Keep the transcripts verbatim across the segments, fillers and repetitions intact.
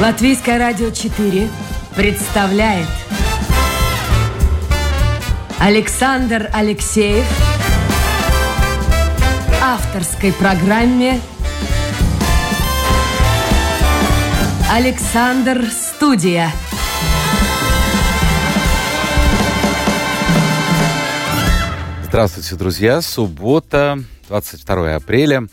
Латвийское радио четыре представляет Александр Алексеев в авторской программе «Александр Студия». Здравствуйте, друзья. Суббота, двадцать второе апреля.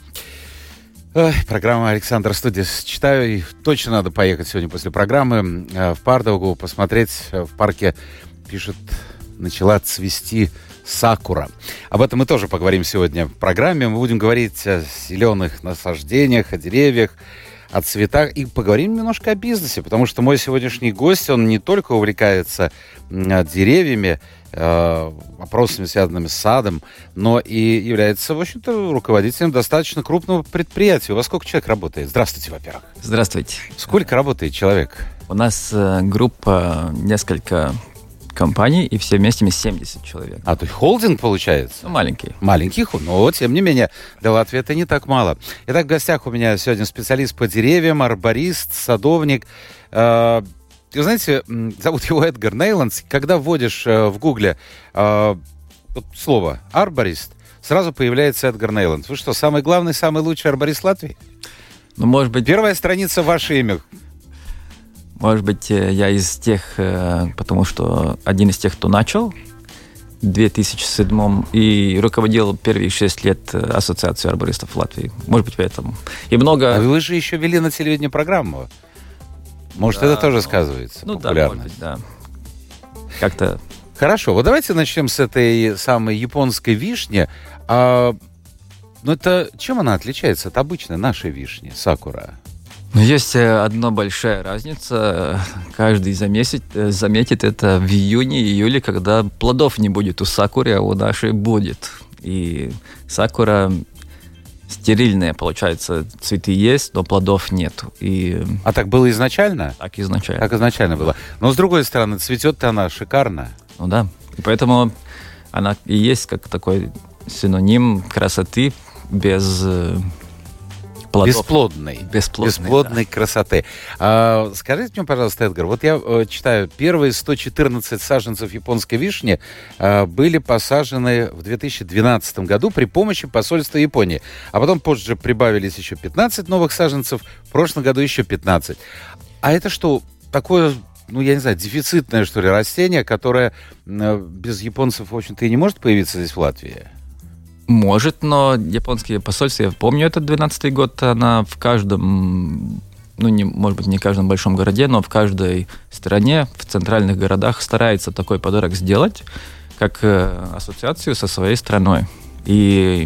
Ой, программа «Александр Студия». Читаю, и точно надо поехать сегодня после программы в Пардаугу, посмотреть. В парке, пишет, начала цвести сакура. Об этом мы тоже поговорим сегодня в программе. Мы будем говорить о зеленых насаждениях, о деревьях, о цветах. И поговорим немножко о бизнесе, потому что мой сегодняшний гость, он не только увлекается деревьями, вопросами, связанными с садом, но и является, в общем-то, руководителем достаточно крупного предприятия. У вас сколько человек работает? Здравствуйте, во-первых. Здравствуйте. Сколько работает человек? У нас э, группа, несколько компаний, и все вместе мы семьдесят человек. А, то есть холдинг получается? Ну, маленький. Маленький, но, тем не менее, для Латвии это не так мало. Итак, в гостях у меня сегодня специалист по деревьям, арборист, садовник. Э, Вы знаете, зовут его Эдгар Нейландс. Когда вводишь э, в Гугле э, вот слово «арборист», сразу появляется Эдгар Нейландс. Вы что, самый главный, самый лучший арборист Латвии? Ну, может быть... Первая страница, ваше имя. Может быть, я из тех, потому что один из тех, кто начал в две тысячи седьмом и руководил первые шесть лет Ассоциации арбористов Латвии. Может быть, поэтому. И много... А вы же еще вели на телевидении программу. Может, да, это тоже сказывается? Ну да, может быть, да. Как-то... Хорошо, вот давайте начнем с этой самой японской вишни. А, ну это чем она отличается от обычной нашей вишни, сакура? Ну, есть одна большая разница. Каждый заметит, заметит это в июне-июле, когда плодов не будет у сакуры, а у нашей будет. И сакура... стерильные, получается, цветы есть, но плодов нет. И... А так было изначально? Так изначально. Так изначально было. Но, с другой стороны, цветет-то она шикарно. Ну да. И поэтому она и есть как такой синоним красоты без плодов. Бесплодной. Бесплодной, Бесплодной да. красоты. А, скажите мне, пожалуйста, Эдгар, вот я э, читаю, первые сто четырнадцать саженцев японской вишни э, были посажены в две тысячи двенадцатом году при помощи посольства Японии. А потом позже прибавились еще пятнадцать новых саженцев, в прошлом году еще пятнадцать. А это что, такое, ну, я не знаю, дефицитное, что ли, растение, которое э, без японцев, в общем-то, и не может появиться здесь в Латвии? Может, но японские посольства, я помню этот двенадцатый год, она в каждом, ну, не, может быть, не в каждом большом городе, но в каждой стране, в центральных городах старается такой подарок сделать, как ассоциацию со своей страной. И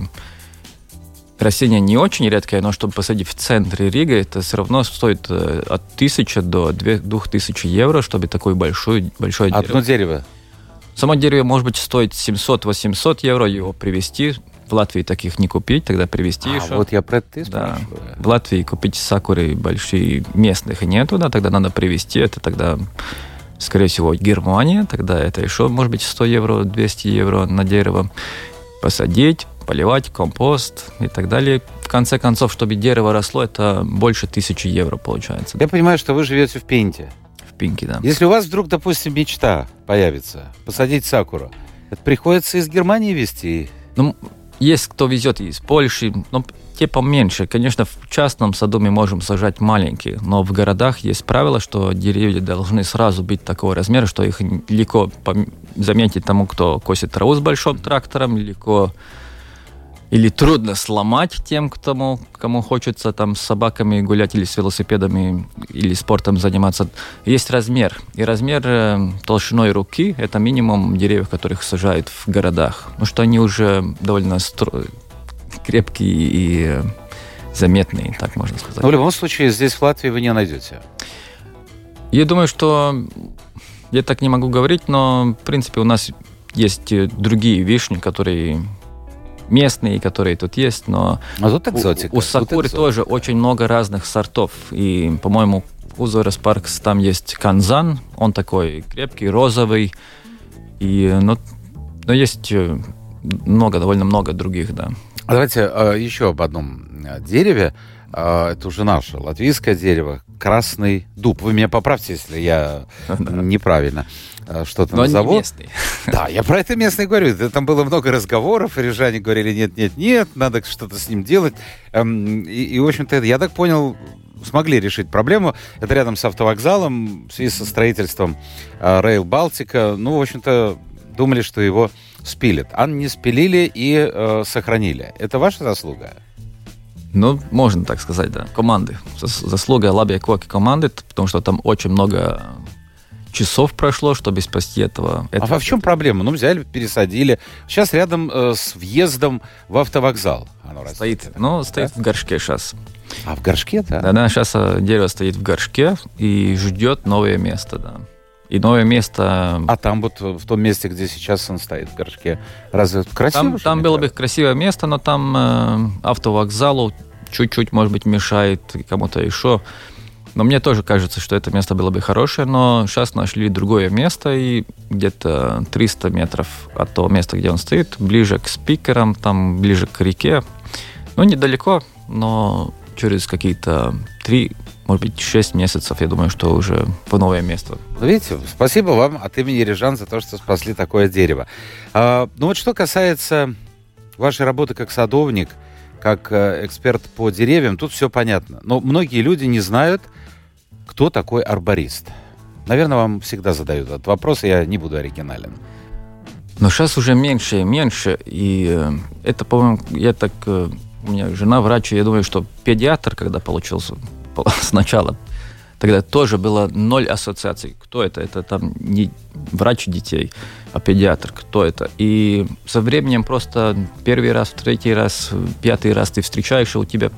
растение не очень редкое, но чтобы посадить в центре Риги, это все равно стоит от тысячи до двух тысяч евро, чтобы такое большое, большое дерево. Одно дерево? Само дерево, может быть, стоит семьсот-восемьсот евро его привезти. В Латвии таких не купить, тогда привезти а, еще. Вот я про это и да. спрашиваю. В Латвии купить сакуры большие местных нету, да, тогда надо привезти. Это тогда, скорее всего, Германия. Тогда это еще, может быть, сто евро, двести евро на дерево. Посадить, поливать, компост и так далее. В конце концов, чтобы дерево росло, это больше тысячи евро получается. Я понимаю, что вы живете в Пинте. В Пинке, да. Если у вас вдруг, допустим, мечта появится посадить сакуру, это приходится из Германии везти? Ну, есть кто везет из Польши, но те поменьше. Конечно, в частном саду мы можем сажать маленькие, но в городах есть правило, что деревья должны сразу быть такого размера, что их легко заметить тому, кто косит траву с большим трактором, легко или трудно сломать тем, кому, кому хочется там с собаками гулять или с велосипедами, или спортом заниматься. Есть размер. И размер э, толщиной руки – это минимум деревьев, которых сажают в городах. Потому что они уже довольно стро... крепкие и э, заметные, так можно сказать. Но в любом случае здесь в Латвии вы не найдете. Я думаю, что я так не могу говорить, но в принципе у нас есть другие вишни, которые... местные, которые тут есть, но а тут экзотика. у, у сакуры тоже очень много разных сортов. И, по-моему, у Зорас Паркс там есть канзан, он такой крепкий, розовый. И, ну, но есть много, довольно много других, да. Давайте э, еще об одном дереве. Это уже наше латвийское дерево, красный дуб. Вы меня поправьте, если я неправильно что-то Но назову. Не местный. Да, я про это местный говорю. Там было много разговоров, и рижане говорили, нет, нет, нет, надо что-то с ним делать. И, и в общем-то, я так понял, смогли решить проблему. Это рядом с автовокзалом, в связи со строительством Rail Балтика. Ну, в общем-то, думали, что его спилят. А не спилили и э, сохранили. Это ваша заслуга? Ну, можно так сказать, да. Команды. Заслуга Лабия Коки команды, потому что там очень много часов прошло, чтобы спасти этого. А в чем проблема? Ну, взяли, пересадили. Сейчас рядом э, с въездом в автовокзал оно стоит. растет. Ну, стоит да? в горшке сейчас. А, в горшке, да? Да, да, сейчас дерево стоит в горшке и ждет новое место, да. И новое место... А там вот в том месте, где сейчас он стоит в горшке, разве красиво? Там, там было бы красивое место, но там э, автовокзалу чуть-чуть, может быть, мешает кому-то еще. Но мне тоже кажется, что это место было бы хорошее, но сейчас нашли другое место, и где-то триста метров от того места, где он стоит, ближе к спикерам, там ближе к реке. Ну, недалеко, но через какие-то три, может быть, шесть месяцев, я думаю, что уже в новое место. Видите, спасибо вам от имени рижан за то, что спасли такое дерево. А, ну вот что касается вашей работы как садовник, как эксперт по деревьям, тут все понятно. Но многие люди не знают, кто такой арборист. Наверное, вам всегда задают этот вопрос, и я не буду оригинален. Но сейчас уже меньше и меньше, и это, по-моему, я так... У меня жена врач, и я думаю, что педиатр, когда получился сначала, тогда тоже было ноль ассоциаций. Кто это? Это там не врач детей, а педиатр. Кто это? И со временем просто первый раз, третий раз, пятый раз ты встречаешь, и у тебя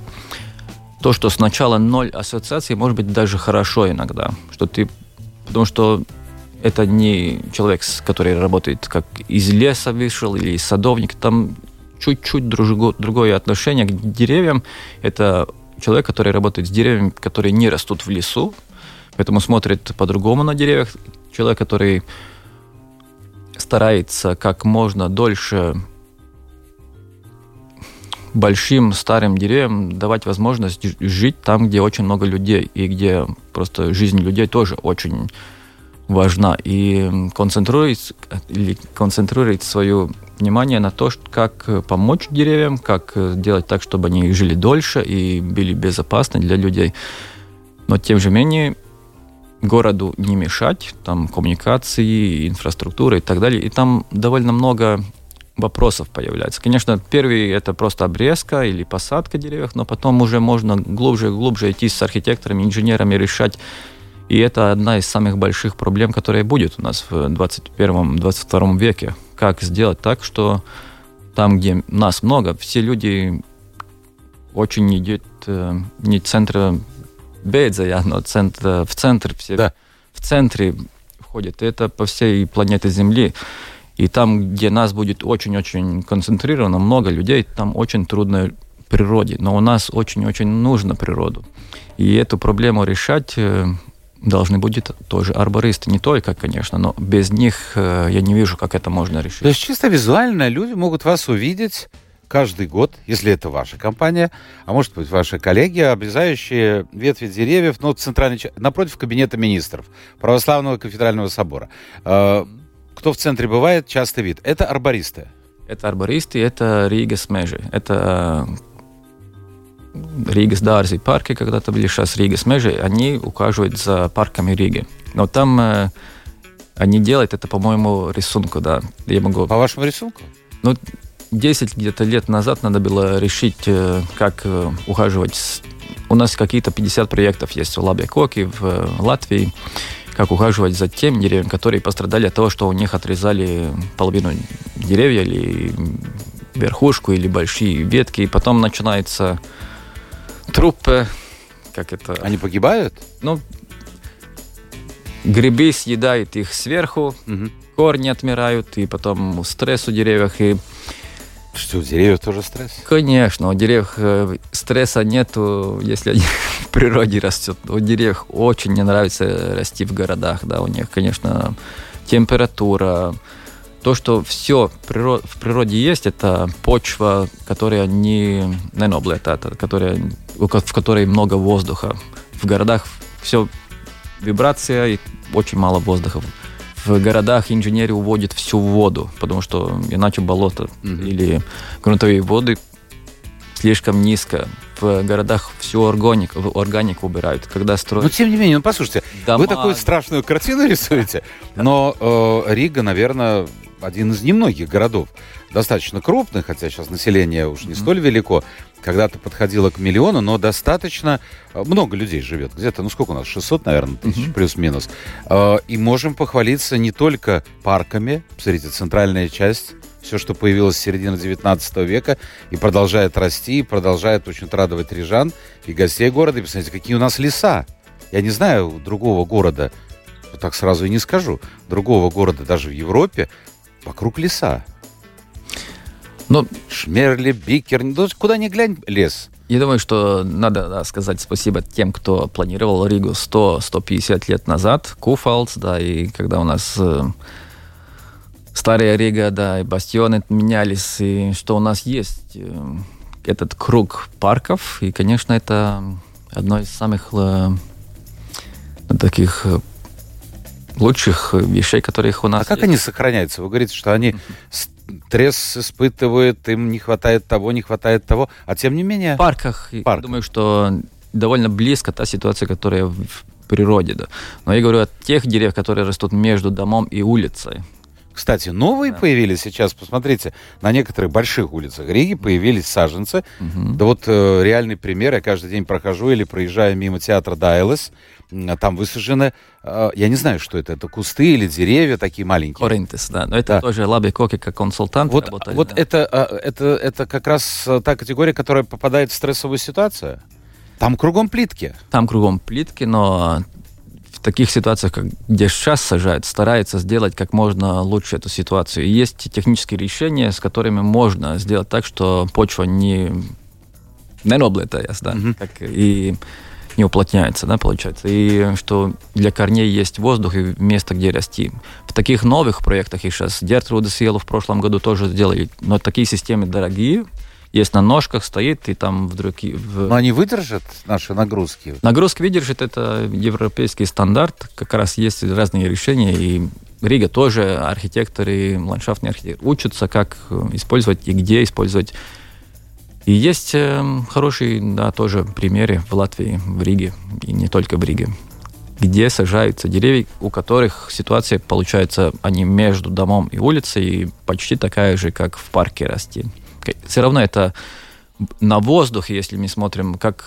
то, что сначала ноль ассоциаций, может быть, даже хорошо иногда. Что ты... Потому что это не человек, который работает как из леса вышел или садовник. Там чуть-чуть другое отношение к деревьям. Это человек, который работает с деревьями, которые не растут в лесу, поэтому смотрит по-другому на деревьях. Человек, который старается как можно дольше большим старым деревьям давать возможность жить там, где очень много людей, и где просто жизнь людей тоже очень важна. И концентрирует, или концентрирует свое внимание на то, как помочь деревьям, как сделать так, чтобы они жили дольше и были безопасны для людей. Но тем же менее городу не мешать, там коммуникации, инфраструктура и так далее. И там довольно много вопросов появляется. Конечно, первый это просто обрезка или посадка деревьев, но потом уже можно глубже и глубже идти с архитекторами, инженерами, решать. И это одна из самых больших проблем, которая будет у нас в двадцать первом - двадцать втором веке. Как сделать так, что там, где нас много, все люди очень идут э, не центра Бейдзая, но центр, в центр все да. в центре входят. Это по всей планете Земли. И там, где нас будет очень-очень концентрировано, много людей, там очень трудно природе. Но у нас очень-очень нужно природу. И эту проблему решать э, должны будут тоже арбористы. Не только, конечно, но без них э, я не вижу, как это можно решить. То есть чисто визуально люди могут вас увидеть каждый год, если это ваша компания, а может быть ваши коллеги, обрезающие ветви деревьев, ну, центральной, напротив кабинета министров Православного кафедрального собора. Э, кто в центре бывает, часто вид. Это арбористы. Это арбористы, это Риgas meži. Это Риgas дārzi парки, когда-то были, сейчас Риgas meži, они ухаживают за парками Риги. Но там э, они делают это, по-моему, рисунку, да. Я могу... По вашему рисунку? Ну, десять где-то лет назад надо было решить, э, как э, ухаживать. С... У нас какие-то пятьдесят проектов есть в Лабия Коки, в э, Латвии, как ухаживать за теми деревьями, которые пострадали от того, что у них отрезали половину деревья или верхушку, или большие ветки, и потом начинается трупы, как это... Они погибают? Ну, грибы съедают их сверху, угу. Корни отмирают, и потом стресс у деревьев, и... Что, у деревьев тоже стресс? Конечно, у деревьев стресса нету, если они в природе растут. У деревьев очень не нравится расти в городах, да, у них, конечно, температура, то, что все в природе есть, это почва, которая не неноблетата, которая, в которой много воздуха. В городах все вибрация и очень мало воздуха. В городах инженеры уводят всю воду, потому что иначе болото mm-hmm. или грунтовые воды слишком низко. В городах всю органику, органику убирают, когда строят. Но тем не менее, ну послушайте, дома... вы такую страшную картину рисуете, но э, Рига, наверное, один из немногих городов, достаточно крупных, хотя сейчас население уж не столь велико, когда-то подходило к миллиону, но достаточно много людей живет. Где-то, ну сколько у нас, шестьсот, наверное, тысяч, mm-hmm. плюс-минус. И можем похвалиться не только парками. Смотрите, центральная часть, все, что появилось с середины девятнадцатого века, и продолжает расти, и продолжает очень радовать рижан и гостей города. И посмотрите, какие у нас леса. Я не знаю другого города, так сразу и не скажу, другого города даже в Европе, вокруг леса. Но... Шмерли, Бикер, ну, куда ни глянь, лес. Я думаю, что надо да, сказать спасибо тем, кто планировал Ригу сто - сто пятьдесят лет назад, Куфалц, да, и когда у нас э, старая Рига, да, и бастионы менялись, и что у нас есть э, этот круг парков, и, конечно, это одно из самых э, таких э, лучших вещей, которых у нас А как есть. они сохраняются? Вы говорите, что они стресс испытывают, им не хватает того, не хватает того, а тем не менее... В парках, Парк. я думаю, что довольно близко та ситуация, которая в природе, да. Но я говорю о тех деревьях, которые растут между домом и улицей. Кстати, новые да. появились сейчас, посмотрите, на некоторых больших улицах Риги появились саженцы. Угу. Да вот э, реальный пример, я каждый день прохожу или проезжаю мимо театра Дайлес, там высажены, э, я не знаю, что это, это кусты или деревья такие маленькие. Коринтес, да, но это да. тоже Лаби Коки как консультант вот, работает. Вот да. это, это, это как раз та категория, которая попадает в стрессовую ситуацию. Там кругом плитки. Там кругом плитки, но... В таких ситуациях, как, где сейчас сажают, стараются сделать как можно лучше эту ситуацию. И есть технические решения, с которыми можно сделать так, что почва не, не облетается, да, mm-hmm. как, и не уплотняется, да, получается. И что для корней есть воздух и место, где расти. В таких новых проектах и сейчас Дертрудес иелу в прошлом году тоже сделали, но такие системы дорогие, есть на ножках, стоит, и там вдруг... В... Но они выдержат наши нагрузки? Нагрузки выдержит, это европейский стандарт, как раз есть разные решения, и Рига тоже, архитекторы, ландшафтные архитекторы учатся, как использовать и где использовать. И есть э, хорошие, да, тоже примеры в Латвии, в Риге, и не только в Риге, где сажаются деревья, у которых ситуация получается, они между домом и улицей, и почти такая же, как в парке расти. Все равно это на воздухе, если мы смотрим, как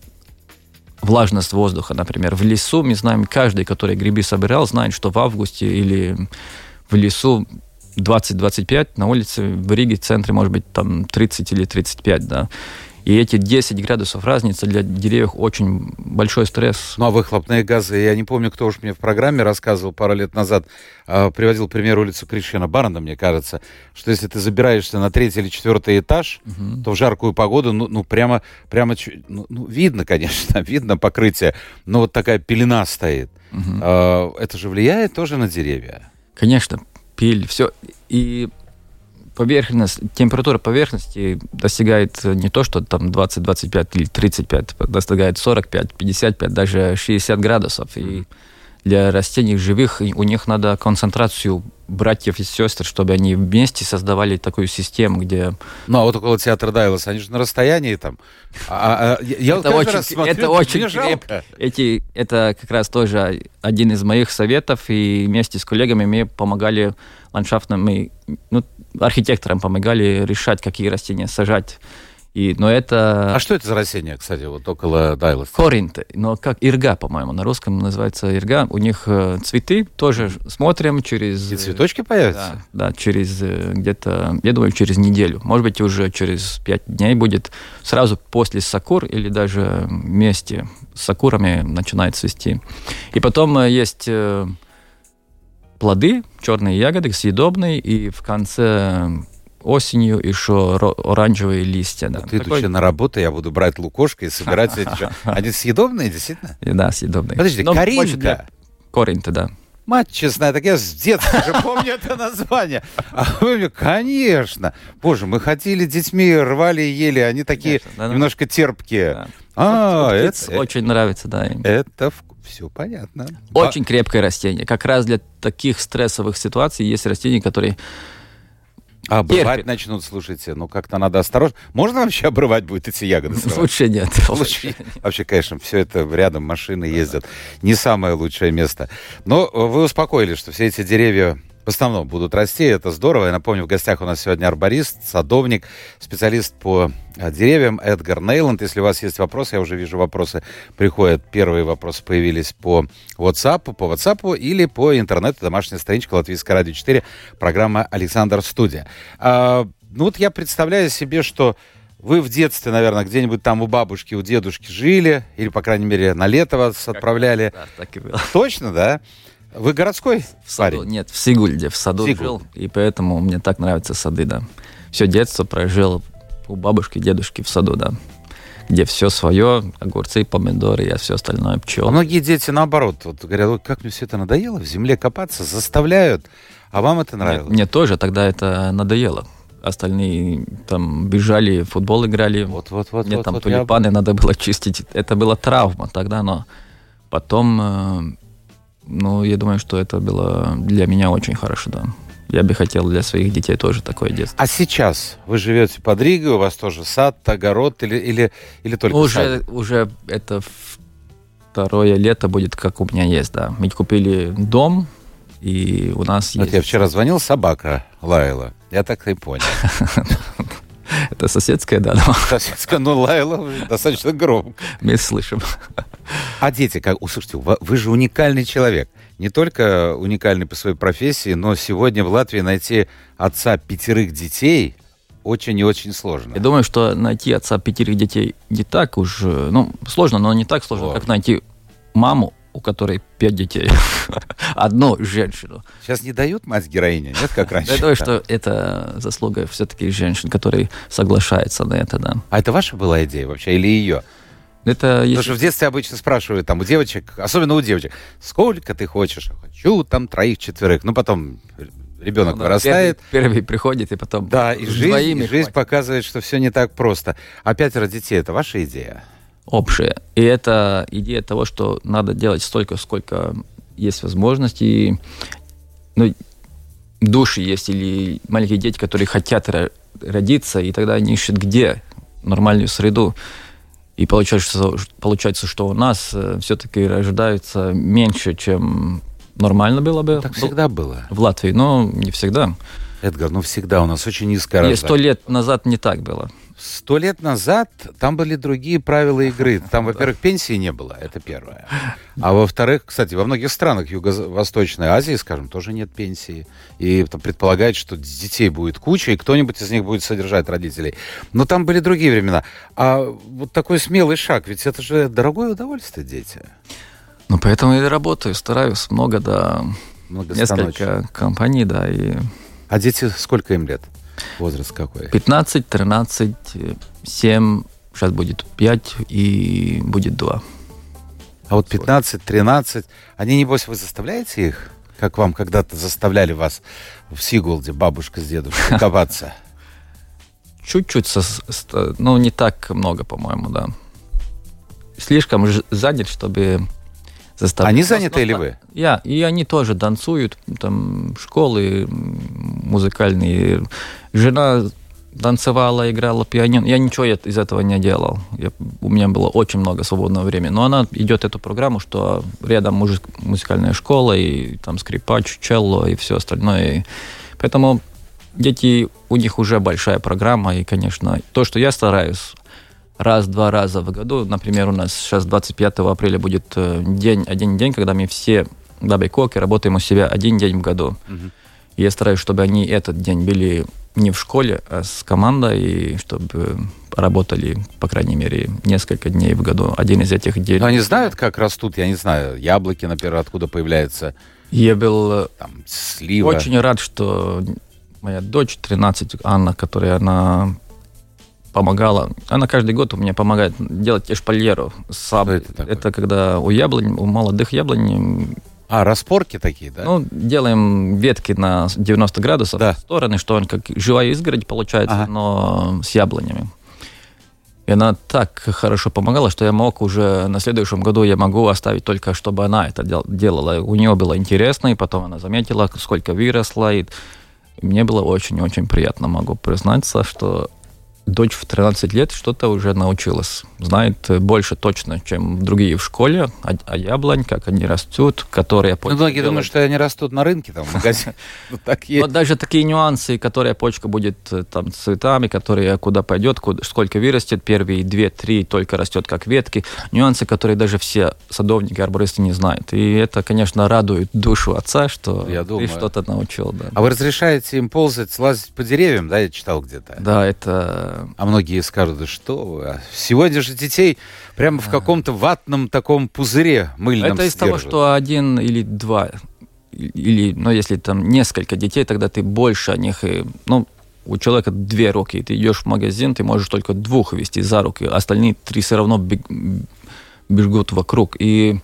влажность воздуха, например. В лесу мы знаем, каждый, который грибы собирал, знает, что в августе или в лесу двадцать - двадцать пять, на улице в Риге в центре может быть там тридцать или тридцать пять, да. И эти десять градусов разницы для деревьев очень большой стресс. Ну, а выхлопные газы, я не помню, кто уж мне в программе рассказывал пару лет назад, э, приводил пример улицу Кришьяна Барна, мне кажется, что если ты забираешься на третий или четвертый этаж, угу. то в жаркую погоду, ну, ну прямо, прямо ну, ну, видно, конечно, видно покрытие, но вот такая пелена стоит. Угу. Э, это же влияет тоже на деревья? Конечно, пыль, все. И... Поверхность, температура поверхности достигает не то, что там двадцать - двадцать пять или тридцать пять, достигает сорок пять - пятьдесят пять, даже шестьдесят градусов. И для растений живых у них надо концентрацию братьев и сестер, чтобы они вместе создавали такую систему, где... Ну, а вот около театра Дайлес, они же на расстоянии там. А, а, я это очень, смотрю, это очень крепко. Эти, это как раз тоже один из моих советов, и вместе с коллегами мы помогали ландшафтным, мы, ну, архитекторам помогали решать, какие растения сажать. И, но это... А что это за растения, кстати, вот около Дайлеса? Коринты, но как ирга, по-моему, на русском называется ирга. У них э, цветы тоже смотрим через... И цветочки появятся? Да, да, через э, где-то, я думаю, через неделю. Может быть, уже через пять дней будет. Сразу после сакур или даже вместе с сакурами начинает цвести. И потом э, есть... Э, плоды, черные ягоды, съедобные, и в конце осенью еще оранжевые листья. Да. Вот идущие на работу, я буду брать лукошко и собирать эти... Они съедобные, действительно? Да, съедобные. Подожди, коринка. Коринты, да. Мать честная, так я с детства же помню это название. А вы, конечно. Боже, мы ходили с детьми, рвали и ели. Они такие конечно, да, немножко терпкие. Да. А, вот, это... Очень нравится, да. Это все понятно. Очень крепкое растение. Как раз для таких стрессовых ситуаций есть растения, которые... А обрывать начнут, слушайте, ну как-то надо осторожно. Можно вообще обрывать будет эти ягоды срывать? Лучше нет. Лучше. Вообще, конечно, все это рядом, машины ездят. Не самое лучшее место. Но вы успокоились, что все эти деревья в основном будут расти, это здорово. Я напомню, в гостях у нас сегодня арборист, садовник, специалист по деревьям Эдгар Нейланд. Если у вас есть вопросы, я уже вижу вопросы приходят. Первые вопросы появились по WhatsApp, по WhatsApp или по интернету, домашняя страничка Латвийское радио четыре, программа «Александр Студия». А, ну вот я представляю себе, что вы в детстве, наверное, где-нибудь там у бабушки, у дедушки жили, или, по крайней мере, на лето вас как отправляли. Да, так и было. Точно, да? Вы городской в саду, парень? Нет, в Сигульде, в саду Сигуль. жил, и поэтому мне так нравятся сады, да. Все детство прожил у бабушки, дедушки в саду, да, где все свое, огурцы, помидоры, и все остальное, пчелы. А многие дети, наоборот, вот говорят, ой, как мне все это надоело, в земле копаться, заставляют, а вам это нравилось? Мне, мне тоже тогда это надоело. Остальные там бежали, в футбол играли. Вот, вот, вот. Мне вот, там вот, тулипаны я... надо было чистить. Это была травма тогда, но потом... Ну, я думаю, что это было для меня очень хорошо, да. Я бы хотел для своих детей тоже такое детство. А сейчас вы живете под Ригой, у вас тоже сад, огород или, или, или только уже, сад? Уже это второе лето будет, как у меня есть, да. Мы купили дом, и у нас вот есть... Я вчера звонил, собака лаяла. Я так и понял. Это соседская, да? Соседская, но лаяла достаточно громко. Мы слышим. А дети, как, слушайте, вы же уникальный человек. Не только уникальный по своей профессии, но сегодня в Латвии найти отца пятерых детей очень и очень сложно. Я думаю, что найти отца пятерых детей не так уж... Ну, сложно, но не так сложно, О. как найти маму, у которой пять детей. Одну женщину. Сейчас не дают мать-героиня, нет, как раньше? Я думаю, что это заслуга все-таки женщин, которые соглашаются на это, да. А это ваша была идея вообще или ее? Это Потому если... что в детстве обычно спрашивают там у девочек, особенно у девочек, сколько ты хочешь? Хочу там троих-четверых. Ну, потом ребенок ну, вырастает. Первый, первый приходит, и потом... Да, и жизнь, и жизнь показывает, что все не так просто. А пятеро детей — это ваша идея? Общая. И это идея того, что надо делать столько, сколько есть возможности. И, ну, души есть или маленькие дети, которые хотят родиться, и тогда они ищут где нормальную среду. И получается, получается, что у нас все-таки рождаются меньше, чем нормально было бы. Так всегда было. В Латвии, но не всегда. Эдгар, ну всегда у нас очень низкая рождаемость. Сто лет назад не так было. Сто лет назад там были другие правила игры. Там, во-первых, пенсии не было, это первое. А во-вторых, кстати, во многих странах Юго-Восточной Азии, скажем, тоже нет пенсии. И там предполагается, что детей будет куча, и кто-нибудь из них будет содержать родителей. Но там были другие времена. А вот такой смелый шаг, ведь это же дорогое удовольствие, дети. Ну, поэтому я и работаю, стараюсь много, да, несколько компаний, да. И... А дети, сколько им лет? Возраст какой? пятнадцать, тринадцать, семь, сейчас будет пять и будет два. А вот пятнадцать, тринадцать, они, небось, вы заставляете их? Как вам когда-то заставляли вас в Сигулде, бабушка с дедушкой, копаться? Чуть-чуть, ну, не так много, по-моему, да. Слишком занят, чтобы... заставлять. Они заняты или вы? Я, и они тоже танцуют, там, школы музыкальные. Жена танцевала, играла пианино. Я ничего из этого не делал. Я, у меня было очень много свободного времени. Но она идет эту программу, что рядом муж, музыкальная школа, и там скрипач, челло, и все остальное. И поэтому дети, у них уже большая программа, и, конечно, то, что я стараюсь раз-два раза в году. Например, у нас сейчас двадцать пятого апреля будет день, один день, когда мы все дабы-коки работаем у себя один день в году. Uh-huh. И я стараюсь, чтобы они этот день были не в школе, а с командой, и чтобы работали, по крайней мере, несколько дней в году. Один из этих дней. Но они знают, как растут, я не знаю, яблоки, например, откуда появляются? Я был там, слива. Очень рад, что моя дочь тринадцать, Анна, которая она... помогала. Она каждый год у меня помогает делать эшпальеру. Что это такое? Это когда у яблонь, у молодых яблонь А, распорки такие, да? Ну, делаем ветки на девяносто градусов да. в стороны, что он как живая изгородь получается, ага. но с яблонями. И она так хорошо помогала, что я мог уже на следующем году я могу оставить только, чтобы она это делала. У нее было интересно, и потом она заметила, сколько выросла, и мне было очень-очень приятно, могу признаться, что дочь в тринадцать лет что-то уже научилась. Знает больше точно, чем другие в школе, а, а яблонь, как они растут, которые... Ну, многие думают, что они растут на рынке, там, в магазине. Вот даже такие нюансы, которые почка будет там цветами, которые куда пойдет, сколько вырастет, первые две-три только растет как ветки. Нюансы, которые даже все садовники, арбористы не знают. И это, конечно, радует душу отца, что ты что-то научил. А вы разрешаете им ползать, лазить по деревьям, да, я читал где-то? Да, это... А многие скажут, да что вы, сегодня же детей прямо в каком-то ватном таком пузыре мыльном это из того, что один или два, или, ну, если там несколько детей, тогда ты больше о них, и, ну, у человека две руки, ты идешь в магазин, ты можешь только двух вести за руки, остальные три все равно бег, бегут вокруг. И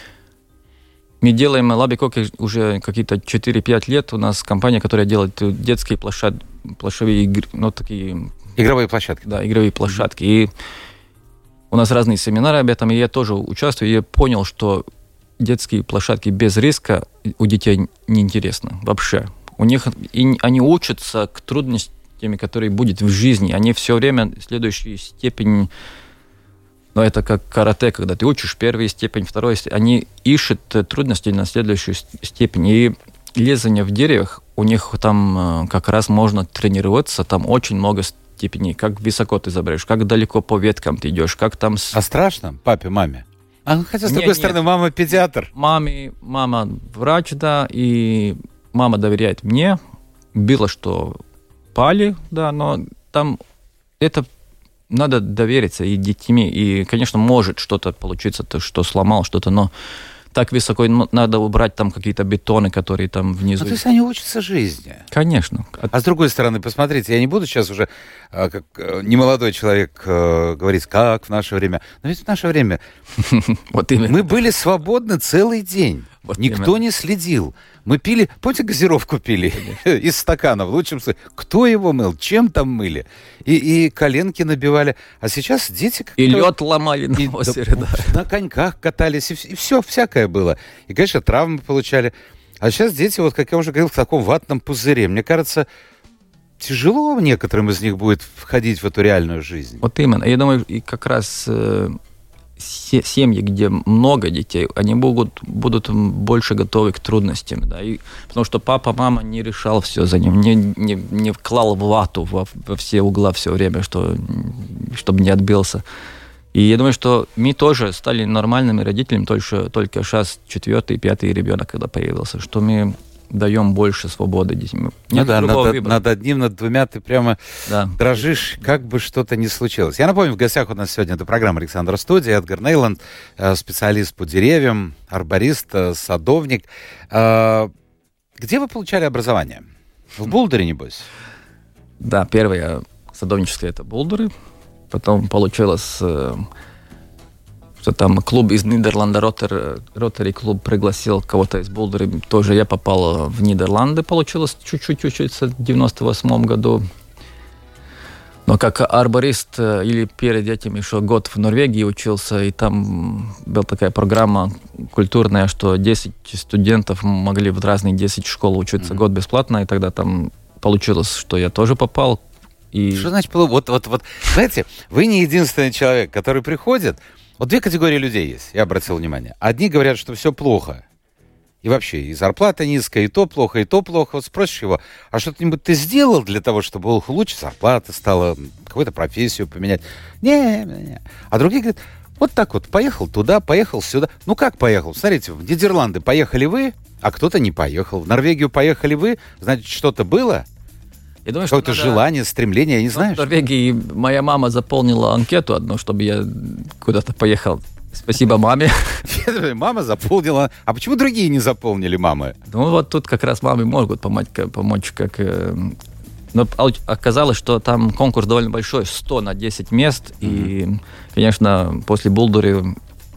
мы делаем лабикоки уже какие-то четыре-пять лет, у нас компания, которая делает детские площад... площадные игры, ну, такие... Игровые площадки. Да, игровые площадки. И у нас разные семинары об этом, и я тоже участвую, и я понял, что детские площадки без риска у детей неинтересны вообще. У них и они учатся к трудностям, которые будут в жизни. Они все время следующую степень, ну, это как карате, когда ты учишь первую степень, вторую степень, они ищут трудности на следующую степень. И лезание в деревьях, у них там как раз можно тренироваться, там очень много степеней, как высоко ты заберешь, как далеко по веткам ты идешь, как там... А страшно папе, маме? А, хотя, с нет, другой нет. стороны, мама педиатр. Маме, мама врач, да, и мама доверяет мне. Было, что пали, да, но там это надо довериться и детьми, и, конечно, может что-то получиться, то, что сломал что-то, но так высоко надо убрать там какие-то бетоны, которые там внизу. Ну, то есть они учатся жизни. Конечно. А с другой стороны, посмотрите, я не буду сейчас уже, как немолодой человек, говорить, как в наше время. Но ведь в наше время мы были свободны целый день. Вот никто именно. Не следил. Мы пили, помните, газировку пили из стакана, в лучшем случае. Кто его мыл, чем там мыли? И, и коленки набивали. А сейчас дети... И лед ломали на и, озере, да. На коньках катались, и, и все, всякое было. И, конечно, травмы получали. А сейчас дети, вот как я уже говорил, в таком ватном пузыре. Мне кажется, тяжело некоторым из них будет входить в эту реальную жизнь. Вот именно. Я думаю, и как раз... семьи, где много детей, они будут, будут больше готовы к трудностям. Да? И, потому что папа, мама не решал все за ним, не, не, не вклал вату во, во все угла все время, что, чтобы не отбился. И я думаю, что мы тоже стали нормальными родителями только, только сейчас четвертый, пятый ребенок, когда появился, что мы даем больше свободы детям. Ну да, над, над одним, над двумя ты прямо да. дрожишь, как бы что-то ни случилось. Я напомню, в гостях у нас сегодня это программа «Александр Студия», Эдгар Нейланд, специалист по деревьям, арборист, садовник. Где вы получали образование? В Булдере, небось? Да, первое садовническое это Булдеры. Потом получилось... что там клуб из Нидерланда, Ротари клуб пригласил кого-то из Булдера. Тоже я попал в Нидерланды, получилось чуть-чуть в девяносто восьмом году. Но как арборист, или перед этим еще год в Норвегии учился, и там была такая программа культурная, что десять студентов могли в разные десять школ учиться mm-hmm. год бесплатно, и тогда там получилось, что я тоже попал. И... Что значит, вот, вот, вот, знаете, вы не единственный человек, который приходит. Вот две категории людей есть, я обратил внимание. Одни говорят, что все плохо. И вообще, и зарплата низкая, и то плохо, и то плохо. Вот спросишь его, а что-нибудь ты сделал для того, чтобы лучше зарплата стала, какую-то профессию поменять? Не, не. А другие говорят, вот так вот, поехал туда, поехал сюда. Ну как поехал? Смотрите, в Нидерланды поехали вы, а кто-то не поехал. В Норвегию поехали вы, значит, что-то было? Я думаю, какое-то надо... желание, стремление, я не знаю. В Норвегии моя мама заполнила анкету одну, чтобы я куда-то поехал. Спасибо маме. Мама заполнила. А почему другие не заполнили мамы? Ну вот тут как раз мамы могут помочь, помочь как... Но оказалось, что там конкурс довольно большой, сто на десять мест. Mm-hmm. И, конечно, после Булдери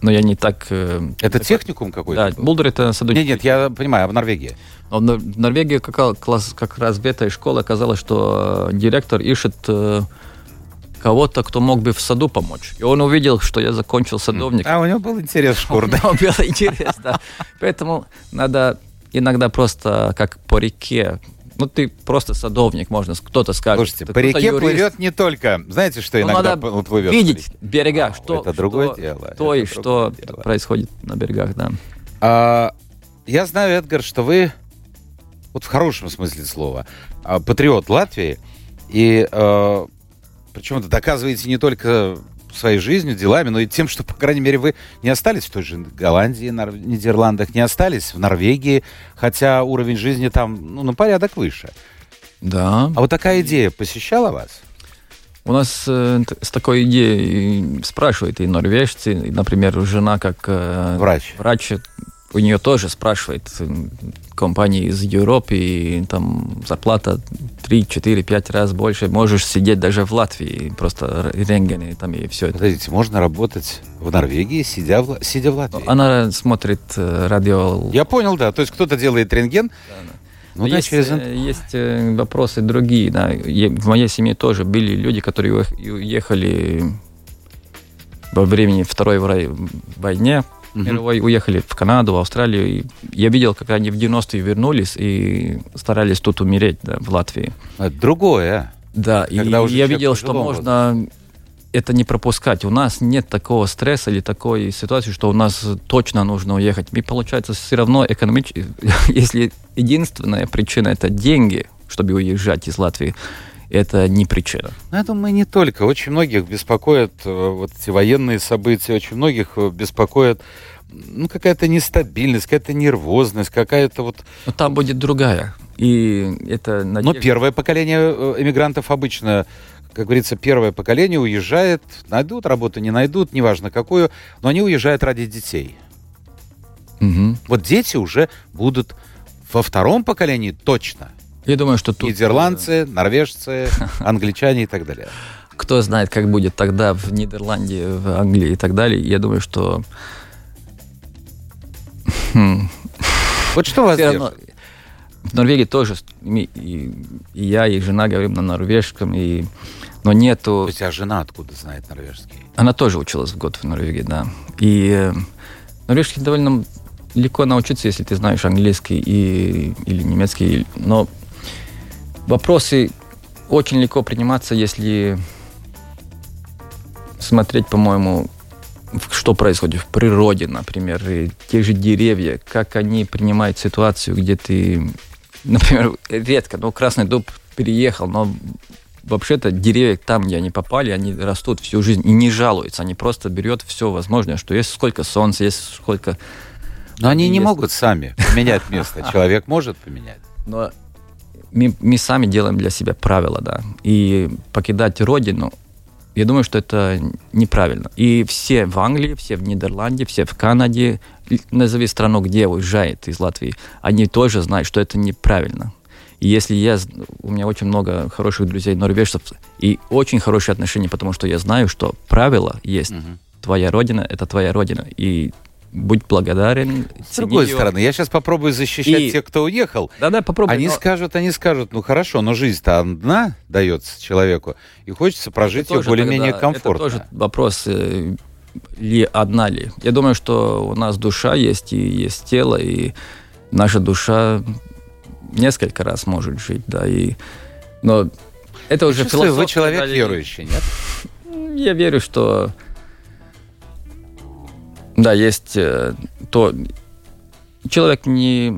Но я не так... Э, это так, техникум какой-то? Да, Булдер это садовник. Нет, нет, я понимаю, а в Норвегии? В Норвегии как, класс, как раз в этой школе оказалось, что директор ищет э, кого-то, кто мог бы в саду помочь. И он увидел, что я закончил садовник. А у него был интерес шкур, да? У него был интерес, да. Поэтому надо иногда просто как по реке. Ну, ты просто садовник, можно, кто-то скажет. Слушайте, по реке юрист. Плывет не только, знаете, что ну, иногда надо плывет? Видеть берега, а, что, это другое что, дело. то это и что дело. происходит на берегах, да. А, я знаю, Эдгар, что вы, вот в хорошем смысле слова, патриот Латвии, и а, причем это доказываете не только своей жизнью, делами, но и тем, что, по крайней мере, вы не остались в той же Голландии, Нор- Нидерландах, не остались в Норвегии, хотя уровень жизни там, ну, на порядок выше. Да. А вот такая идея посещала вас? У нас э, с такой идеей спрашивают и норвежцы, и, например, жена как э, врач. врач, у нее тоже спрашивает компании из Европы, и там зарплата три, четыре, пять раз больше, можешь сидеть даже в Латвии, просто рентгены там и все это. Подождите, можно работать в Норвегии, сидя в, сидя в Латвии? Она смотрит э, радио... Я понял, да, то есть кто-то делает рентген. Да, да. Ну, да, есть, через... есть вопросы другие. Да. В моей семье тоже были люди, которые уехали во времени Второй войны мировой, uh-huh. уехали в Канаду, в Австралию. И я видел, как они в девяностые вернулись и старались тут умереть, да, в Латвии. Это другое. Да, когда и я видел, что можно это не пропускать. У нас нет такого стресса или такой ситуации, что у нас точно нужно уехать. И получается все равно экономически, если единственная причина это деньги, чтобы уезжать из Латвии, это не причина. Ну, я думаю, не только. Очень многих беспокоят вот эти военные события, очень многих беспокоит ну, какая-то нестабильность, какая-то нервозность, какая-то вот... Но там будет другая. И это надежда... Но первое поколение эмигрантов обычно, как говорится, первое поколение уезжает, найдут работу, не найдут, неважно какую, но они уезжают ради детей. Угу. Вот дети уже будут во втором поколении точно. Я думаю, что тут... Нидерландцы, норвежцы, англичане и так далее. Кто знает, как будет тогда в Нидерланде, в Англии и так далее. Я думаю, что... Вот что вас держит? В Норвегии тоже и, и я, и жена говорим на норвежском, и... но нету... То есть, а жена откуда знает норвежский? Она тоже училась в год в Норвегии, да. И э, норвежский довольно легко научиться, если ты знаешь английский и, или немецкий, но вопросы очень легко приниматься, если смотреть, по-моему, что происходит в природе, например, и те же деревья, как они принимают ситуацию, где ты, например, редко, ну, красный дуб переехал, но вообще-то деревья там, где они попали, они растут всю жизнь и не жалуются, они просто берут все возможное, что есть сколько солнца, есть сколько... Но они не есть... могут сами поменять место, человек может поменять. Но мы, мы сами делаем для себя правила, да, и покидать родину, я думаю, что это неправильно. И все в Англии, все в Нидерланде, все в Канаде, назови страну, где уезжает из Латвии, они тоже знают, что это неправильно. И если я... У меня очень много хороших друзей норвежцев, и очень хорошие отношения, потому что я знаю, что правило есть. Угу. Твоя родина — это твоя родина. И будь благодарен. С другой ее. стороны, я сейчас попробую защищать и... тех, кто уехал. Да-да, попробуй. Они но... скажут, они скажут, ну хорошо, но жизнь-то одна дается человеку, и хочется прожить ее более-менее тогда, комфортно. Это тоже вопрос, э, ли одна ли. Я думаю, что у нас душа есть, и есть тело, и наша душа несколько раз может жить, да, и... Но это уже философия. Вы человек да, верующий, нет? Я верю, что... Да, есть э, то... Человек не...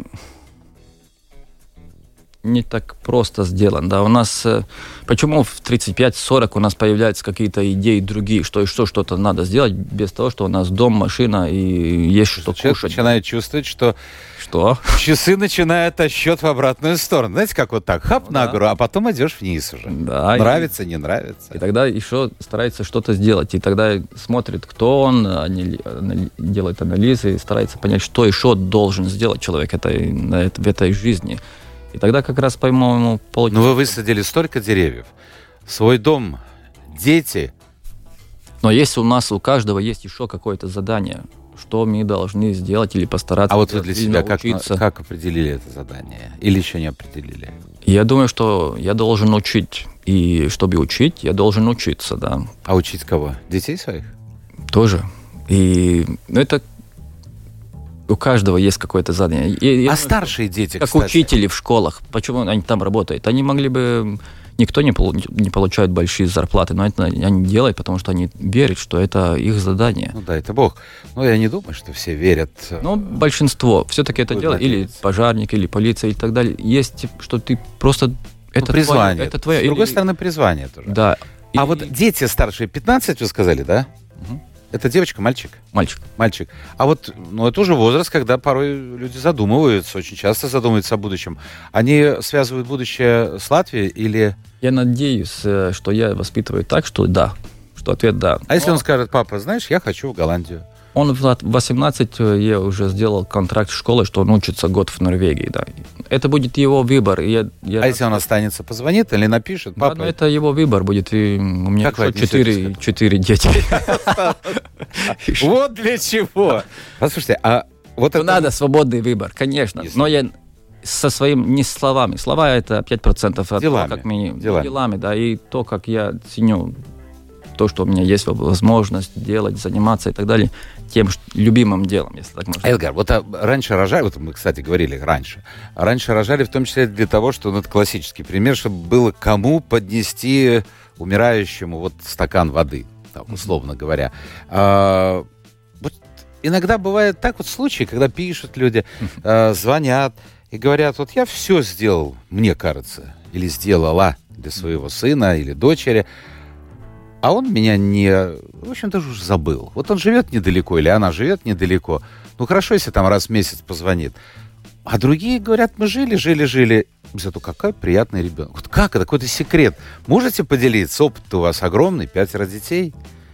не так просто сделан, да, у нас... Э, почему в тридцать пять сорок у нас появляются какие-то идеи другие, что еще что-то надо сделать, без того, что у нас дом, машина и есть что Человек кушать. начинает чувствовать, что... Что? Часы начинают отсчет в обратную сторону. Знаете, как вот так, хап, ну, на да. гору, а потом идешь вниз уже. Да, нравится, и, не нравится. И тогда еще старается что-то сделать. И тогда смотрит, кто он, они делает анализы и старается понять, что еще должен сделать человек этой, в этой жизни. И тогда как раз, по-моему, получится... Но вы высадили столько деревьев, свой дом, дети... Но если у нас, у каждого есть еще какое-то задание, что мы должны сделать или постараться. А вот вы для себя как, учиться. как определили это задание? Или еще не определили? Я думаю, что я должен учить. И чтобы учить, я должен учиться, да. А учить кого? Детей своих? Тоже. И ну, это у каждого есть какое-то задание. И, а я, старшие дети, как кстати? учители в школах, почему они там работают? Они могли бы... Никто не, полу, не получает большие зарплаты, но это они делают, потому что они верят, что это их задание. Ну да, это Бог. Но я не думаю, что все верят. Ну, большинство все-таки это делает. Или пожарник, или полиция, и так далее. Есть, что ты просто... Это ну, призвание. Твое, это твое. С другой или... стороны, призвание тоже. Да. А и... вот дети старшие пятнадцать, вы сказали, да? Угу. Это девочка, мальчик? Мальчик. Мальчик. А вот, ну, это уже возраст, когда порой люди задумываются, очень часто задумываются о будущем. Они связывают будущее с Латвией или... Я надеюсь, что я воспитываю так, что да, что ответ да. А если Но... он скажет: папа, знаешь, я хочу в Голландию? Он в восемнадцать я уже сделал контракт с школой, что он учится год в Норвегии, да. Это будет его выбор. Я, я... А если он останется, позвонит или напишет: папа? Да, но это его выбор будет. И у меня четыре, четыре дети. Вот для чего. Послушайте, а вот это... Надо свободный выбор, конечно. Но я со своим, не словами. Слова это пять процентов от того, как мы... Делами, да. И то, как я ценю то, что у меня есть возможность делать, заниматься и так далее, тем любимым делом, если так можно. Эдгар, вот а, раньше рожали, вот мы, кстати, говорили раньше, раньше рожали в том числе для того, что, ну, это классический пример, чтобы было кому поднести умирающему вот стакан воды, так, условно mm-hmm. говоря. А, вот иногда бывает так вот случаи, когда пишут люди, mm-hmm. а, звонят и говорят: вот я все сделал, мне кажется, или сделала для своего сына или дочери, а он меня не... В общем, даже уже забыл. Вот он живет недалеко, или она живет недалеко. Ну, хорошо, если там раз в месяц позвонит. А другие говорят: мы жили, жили, жили. Зато какой приятный ребенок. Вот как это? Какой-то секрет. Можете поделиться? Опыт у вас огромный, пятеро детей.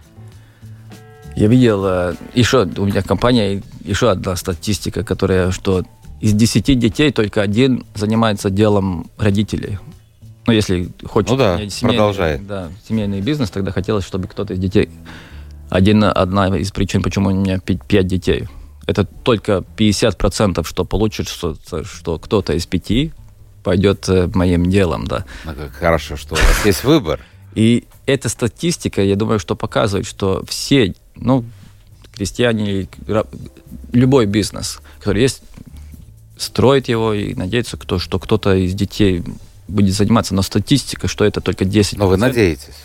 Я видел еще, у меня компания, еще одна статистика, которая, что из десяти детей только один занимается делом родителей. Ну, если хочет ну да, семейный, продолжает. Да, семейный бизнес, тогда хотелось, чтобы кто-то из детей... Один, одна из причин, почему у меня пять детей. Это только пятьдесят процентов, что получится, что кто-то из пяти пойдет моим делом, да. Ну, как хорошо, что у вас есть выбор. И эта статистика, я думаю, что показывает, что все, ну, крестьяне, любой бизнес, который есть, строит его и надеется, кто, что кто-то из детей будет заниматься. Но статистика, что это только десять процентов. Но вы надеетесь?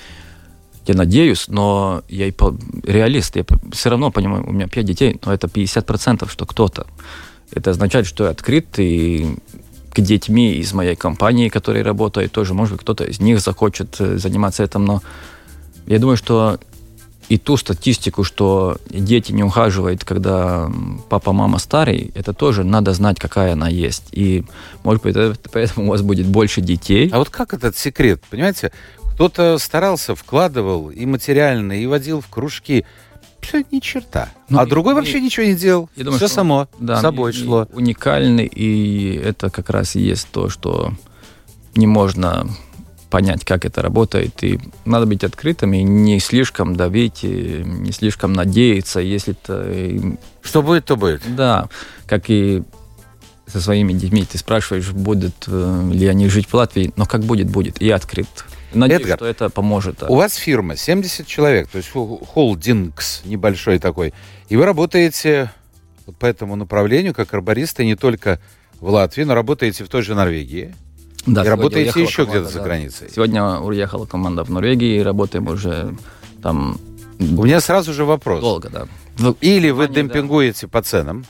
Я надеюсь, но я и реалист. Я все равно понимаю, у меня пять детей, но это пятьдесят процентов, что кто-то. Это означает, что я открыт и к детьми из моей компании, которые работают, тоже, может быть, кто-то из них захочет заниматься этим. Но я думаю, что и ту статистику, что дети не ухаживают, когда папа, мама старый, это тоже надо знать, какая она есть. И, может быть, поэтому у вас будет больше детей. А вот как этот секрет, понимаете? Кто-то старался, вкладывал и материально, и водил в кружки. Все, ни черта. Ну, а и, другой и, вообще ничего не делал. Думаю, все само, да, собой и, шло. И уникальный, и это как раз и есть то, что не можно понять, как это работает. И надо быть открытым и не слишком давить, и не слишком надеяться. Если это... Что будет, то будет. Да, как и со своими детьми. Ты спрашиваешь, будут ли они жить в Латвии, но как будет, будет. И открыт. Надеюсь, Эдгар, что это поможет. У вас фирма семьдесят человек, то есть холдингс небольшой такой, и вы работаете по этому направлению как арбористы не только в Латвии, но работаете в той же Норвегии. Да, и работаете еще команда, где-то за да. границей. Сегодня уехала команда в Норвегии, и работаем уже там... У меня сразу же вопрос. Долго, да. Или вы Они, демпингуете да. по ценам,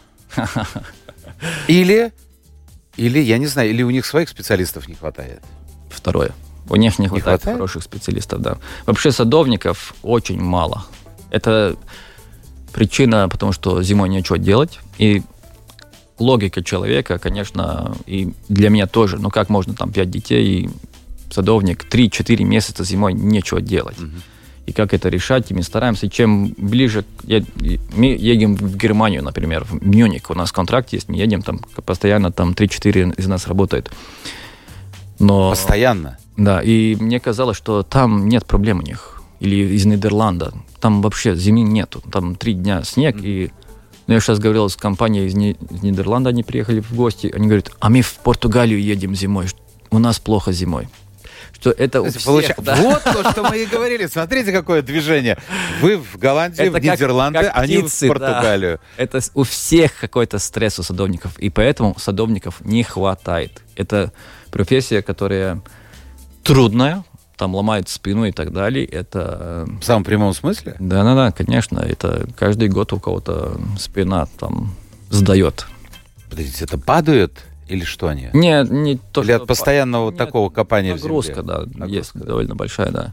или, или, я не знаю, или у них своих специалистов не хватает. Второе. У них не хватает, не хватает хороших специалистов, да. Вообще садовников очень мало. Это причина, потому что зимой нечего делать. И логика человека, конечно, и для меня тоже. Ну как можно там пять детей, и садовник три-четыре месяца зимой нечего делать. Угу. И как это решать, и мы стараемся. И чем ближе... Я, мы едем в Германию, например, в Мюнхен. У нас контракт есть, мы едем там постоянно, там три-четыре из нас работает. Но... Постоянно? Да, и мне казалось, что там нет проблем у них. или из Нидерланда. Там вообще зимы нету. Там три дня снег. Mm-hmm. И ну, я сейчас говорил с компанией из, Ни- из Нидерланда, они приехали в гости. Они говорят, а мы в Португалию едем зимой. У нас плохо зимой. Что это у всех, Получ... да. Вот то, что мы и говорили. Смотрите, какое движение. Вы в Голландию, это в Нидерланды, как, как они птицы, в Португалию. Да. Это у всех какой-то стресс у садовников. И поэтому садовников не хватает. Это профессия, которая трудная. Там ломают спину и так далее. Это... В самом прямом смысле? Да-да-да, конечно. Это каждый год у кого-то спина там сдает. Подождите, это падают? Или что они? Нет, не то, Или что... от постоянного Нет, такого копания нагрузка, в земле? да, Нагрузка, есть да. довольно большая, да.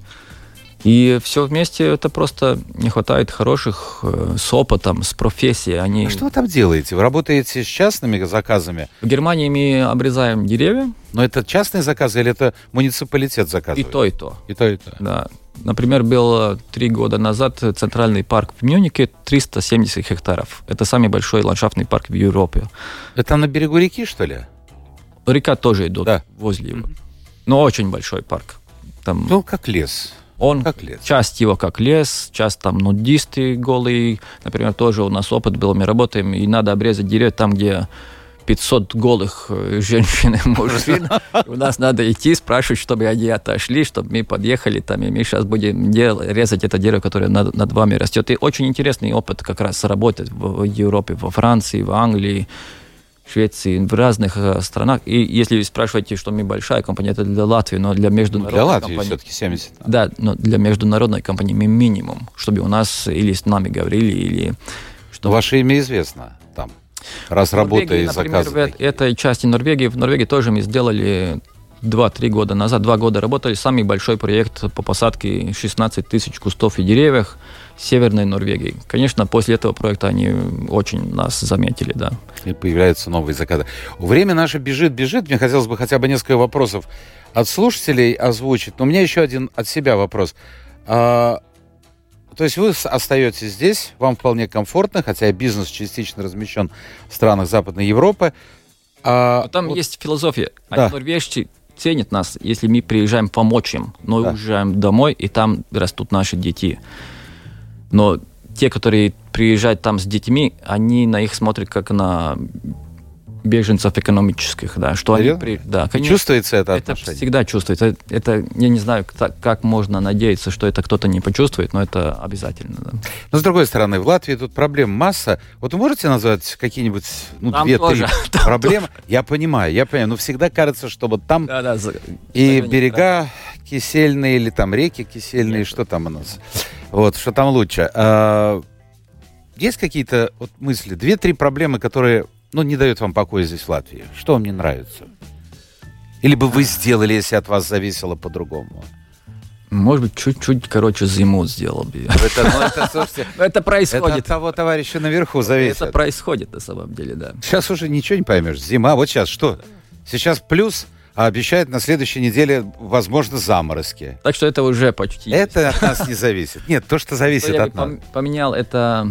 И все вместе это просто не хватает хороших э, с опытом, с профессией. Они... А что вы там делаете? Вы работаете с частными заказами? В Германии мы обрезаем деревья. Но это частные заказы или это муниципалитет заказывает? И то, и то. И то, и то. Да. Например, был три года назад центральный парк в Мюнхене, триста семьдесят гектаров. Это самый большой ландшафтный парк в Европе. Это на берегу реки, что ли? Река тоже идет Да. возле его. Mm-hmm. Но очень большой парк. Там... Ну, как лес. Он, как лес. Часть его как лес, часть там нудисты голые. Например, тоже у нас опыт был, мы работаем, и надо обрезать деревья там, где пятьсот голых женщин и мужчин. У нас надо идти, спрашивать, чтобы они отошли, чтобы мы подъехали там, и мы сейчас будем делать, резать это дерево, которое над, над вами растет. И очень интересный опыт как раз работать в Европе, во Франции, в Англии, Швеции, в разных странах. И если вы спрашиваете, что мы большая компания, это для Латвии, но для международной для Латвии компании... все-таки семьдесят. Да, но для международной компании мы минимум, чтобы у нас или с нами говорили, или... Что... Ваше имя известно там, раз работа и заказы. Например, в этой части Норвегии, в Норвегии тоже мы сделали два-три года назад, два года работали, самый большой проект по посадке шестнадцать тысяч кустов и деревьев в Северной Норвегии. Конечно, после этого проекта они очень нас заметили, да. И появляются новые заказы. Время наше бежит, бежит. Мне хотелось бы хотя бы несколько вопросов от слушателей озвучить. Но у меня еще один от себя вопрос. А, то есть вы остаетесь здесь, вам вполне комфортно, хотя бизнес частично размещен в странах Западной Европы. А, но там вот... есть философия. Да. Они, норвежцы, ценят нас, если мы приезжаем помочь им, но да. уезжаем домой, и там растут наши дети. Но те, которые приезжают там с детьми, они на их смотрят как на беженцев экономических, да, что они при... да, конечно, чувствуется это отношение? отношение? Это всегда чувствуется. Это, это я не знаю, как, как можно надеяться, что это кто-то не почувствует, но это обязательно. Да. Но с другой стороны, в Латвии тут проблем масса. Вот вы можете назвать какие-нибудь ну, две-три проблемы? Тоже. Я понимаю, я понимаю, но всегда кажется, что вот там да, да, за... и берега кисельные или там реки кисельные, Нет. что там у нас? Вот, что там лучше? А, есть какие-то вот мысли, две-три проблемы, которые ну, не дают вам покоя здесь в Латвии? Что вам не нравится? Или бы вы сделали, если от вас зависело по-другому? Может быть, чуть-чуть, короче, зиму сделал бы. Это, ну, это, слушайте, это происходит. Это от того товарища наверху зависит. Это происходит на самом деле, да. Сейчас уже ничего не поймешь. Зима, вот сейчас что? Сейчас плюс, а обещают на следующей неделе, возможно, заморозки. Так что это уже почти... Это от нас не зависит. Нет, то, что зависит что от я нас. Поменял, это...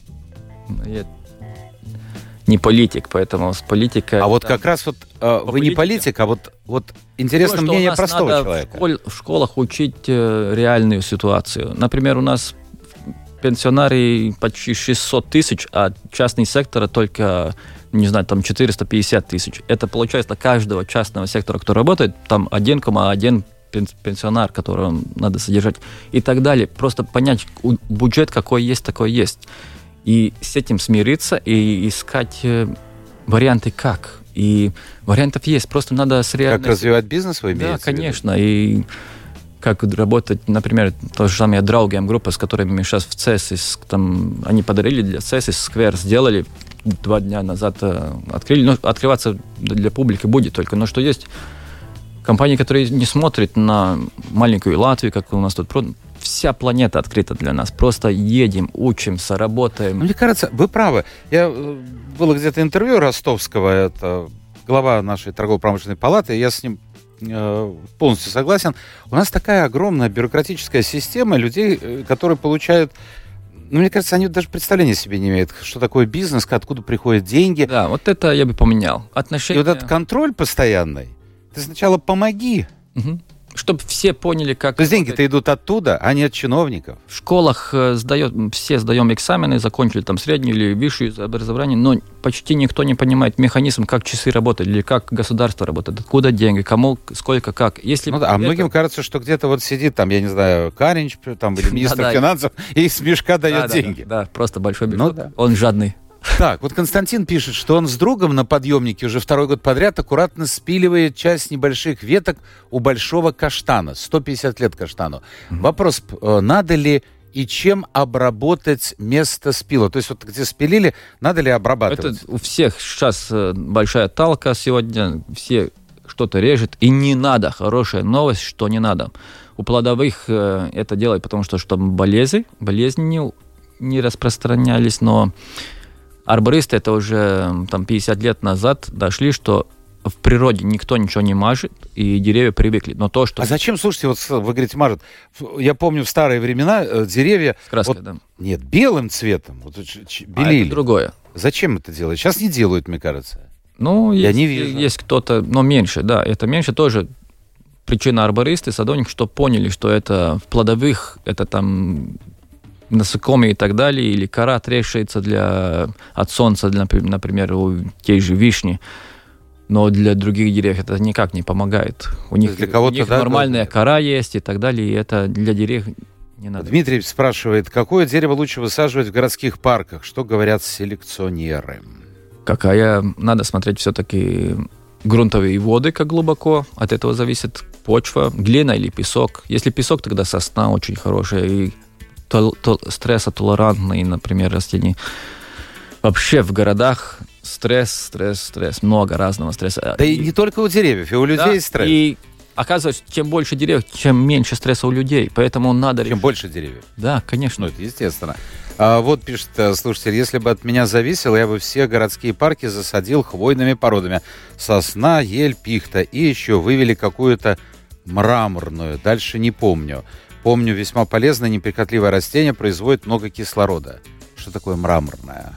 не политик, поэтому с политикой... А вот как раз вот э, вы не политик, а вот, вот интересно то, мнение простого надо человека. В, школе, в школах учить э, реальную ситуацию. Например, у нас пенсионеры почти шестьсот тысяч, а частный сектор только, не знаю, там четыреста пятьдесят тысяч. Это получается каждого частного сектора, кто работает, там один целых один пенсионер, которого надо содержать и так далее. Просто понять, бюджет какой есть, такой есть. И с этим смириться и искать э, варианты как. И вариантов есть, просто надо с реальной... Как развивать бизнес, вы имеете Да, конечно. И как работать, например, то же самое Draugiem группа, с которыми мы сейчас в Цесис, там, они подарили для Цесис сквер, сделали, два дня назад э, открыли. Но открываться для публики будет только. Но что есть компании, которые не смотрят на маленькую Латвию, как у нас тут... Вся планета открыта для нас. Просто едем, учимся, работаем. Мне кажется, вы правы. Я, было где-то интервью Ростовского, это глава нашей торгово-промышленной палаты, я с ним э, полностью согласен. У нас такая огромная бюрократическая система людей, которые получают... Ну, мне кажется, они даже представления себе не имеют, что такое бизнес, откуда приходят деньги. Да, вот это я бы поменял. Отношения... И вот этот контроль постоянный. Ты сначала помоги. Угу. чтобы все поняли, как... То есть деньги-то идут оттуда, а не от чиновников? В школах э, сдает, все сдаем экзамены, закончили там среднюю или высшее образование, но почти никто не понимает механизм, как часы работают, или как государство работает, откуда деньги, кому, сколько, как. Если ну, да, а это... многим кажется, что где-то вот сидит там, я не знаю, Каринч, там, или министр финансов, и из мешка дает деньги. Да, просто большой мешок, он жадный. Так, вот Константин пишет, что он с другом на подъемнике уже второй год подряд аккуратно спиливает часть небольших веток у большого каштана. сто пятьдесят лет каштану. Mm-hmm. Вопрос, надо ли и чем обработать место спила? То есть вот где спилили, надо ли обрабатывать? Это у всех сейчас большая талка сегодня, все что-то режет, и не надо. Хорошая новость, что не надо. У плодовых это делать, потому что чтобы болезни, болезни не, не распространялись, но... Арбористы это уже там, пятьдесят лет назад дошли, что в природе никто ничего не мажет, и деревья привыкли. Но то, что... А зачем, слушайте, вот вы говорите, мажет. Я помню, в старые времена деревья... С краской, вот, да. Нет, белым цветом вот, белили. А это другое. Зачем это делать? Сейчас не делают, мне кажется. Ну, я есть, не вижу. Есть кто-то, но меньше, да. Это меньше тоже причина арбористы, садовники, что поняли, что это в плодовых, это там... насекомые и так далее, или кора трещается для, от солнца, для, например, у той же вишни, но для других деревьев это никак не помогает. У них, для кого-то, у них да, нормальная да, кора есть и так далее, и это для деревьев не надо. Дмитрий спрашивает, какое дерево лучше высаживать в городских парках? Что говорят селекционеры? Какая? Надо смотреть все-таки грунтовые воды, как глубоко, от этого зависит почва, глина или песок. Если песок, тогда сосна очень хорошая, и То, то, стрессотолерантные, например, растения. Вообще в городах стресс, стресс, стресс, много разного стресса. Да и, и не только у деревьев, и у людей да, есть стресс. И оказывается, чем больше деревьев, чем меньше стресса у людей. Поэтому надо... Чем больше деревьев. Да, конечно. Ну, это естественно. А вот пишет слушатель, если бы от меня зависело, я бы все городские парки засадил хвойными породами. Сосна, ель, пихта. И еще вывели какую-то мраморную. Дальше не помню. Помню, весьма полезное, неприхотливое растение, производит много кислорода. Что такое мраморное?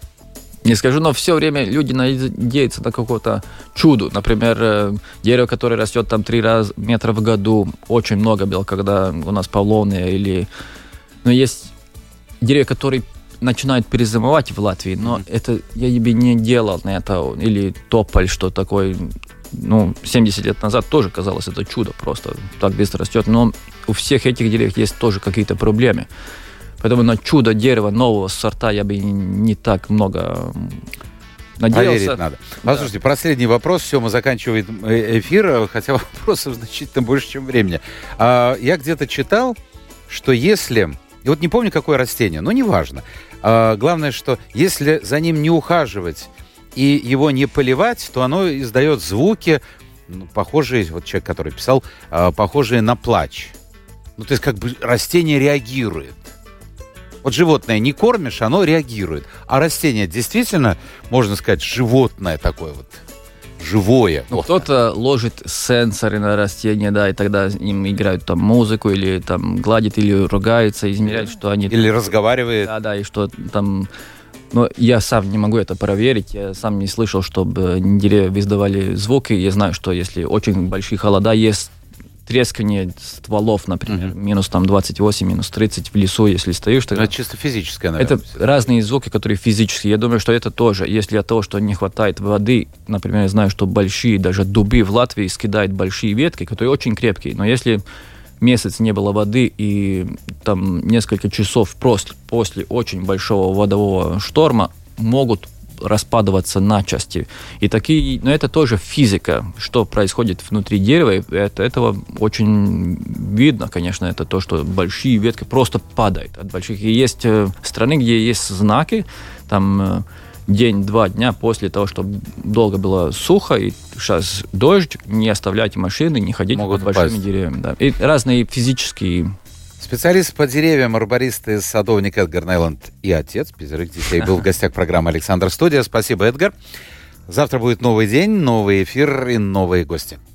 Не скажу, но все время люди надеются на какое-то чудо. Например, дерево, которое растет там три метра в году, очень много было, когда у нас павловные или... Но есть деревья, которые начинают перезимовать в Латвии, но mm-hmm. это я бы не делал на это. Или тополь, что такое... Ну, семьдесят лет назад тоже казалось это чудо просто. Так быстро растет. Но у всех этих деревьев есть тоже какие-то проблемы. Поэтому на чудо дерева нового сорта я бы не так много надеялся. Поверить надо. Да. Послушайте, последний вопрос. Все, мы заканчиваем эфир, хотя вопросов значительно больше, чем времени. Я где-то читал, что если... И вот не помню, какое растение, но неважно. Главное, что если за ним не ухаживать и его не поливать, то оно издает звуки, ну, похожие, вот человек, который писал, э, похожие на плач. Ну, то есть как бы растение реагирует. Вот животное не кормишь, оно реагирует. А растение действительно, можно сказать, животное такое вот, живое. Ну, кто-то ложит сенсоры на растения, да, и тогда им играют там музыку, или там гладит, или ругаются, измеряют, что они... Или разговаривает. Да, да, и что там... Но я сам не могу это проверить, я сам не слышал, чтобы деревья издавали звуки. Я знаю, что если очень большие холода, есть трескание стволов, например, mm-hmm. минус там двадцать восемь, минус тридцать в лесу, если стоишь. Тогда... Это чисто физическое, наверное. Это разные звуки, которые физические. Я думаю, что это тоже. Если от того, что не хватает воды, например, я знаю, что большие, даже дубы в Латвии скидают большие ветки, которые очень крепкие. Но если месяц не было воды и там несколько часов после, после очень большого водового шторма могут распадываться на части. И такие, но это тоже физика, что происходит внутри дерева. Это, этого очень видно, конечно, это то, что большие ветки просто падают от больших. И есть страны, где есть знаки, там день-два дня после того, что долго было сухо, и сейчас дождь, не оставляйте машины, не ходите под большими упасть. Деревьями. Да. И разные физические... Специалист по деревьям, арборист, садовник Эдгар Неланд и отец пятерых детей был в гостях программы «Александр Студия». Спасибо, Эдгар. Завтра будет новый день, новый эфир и новые гости.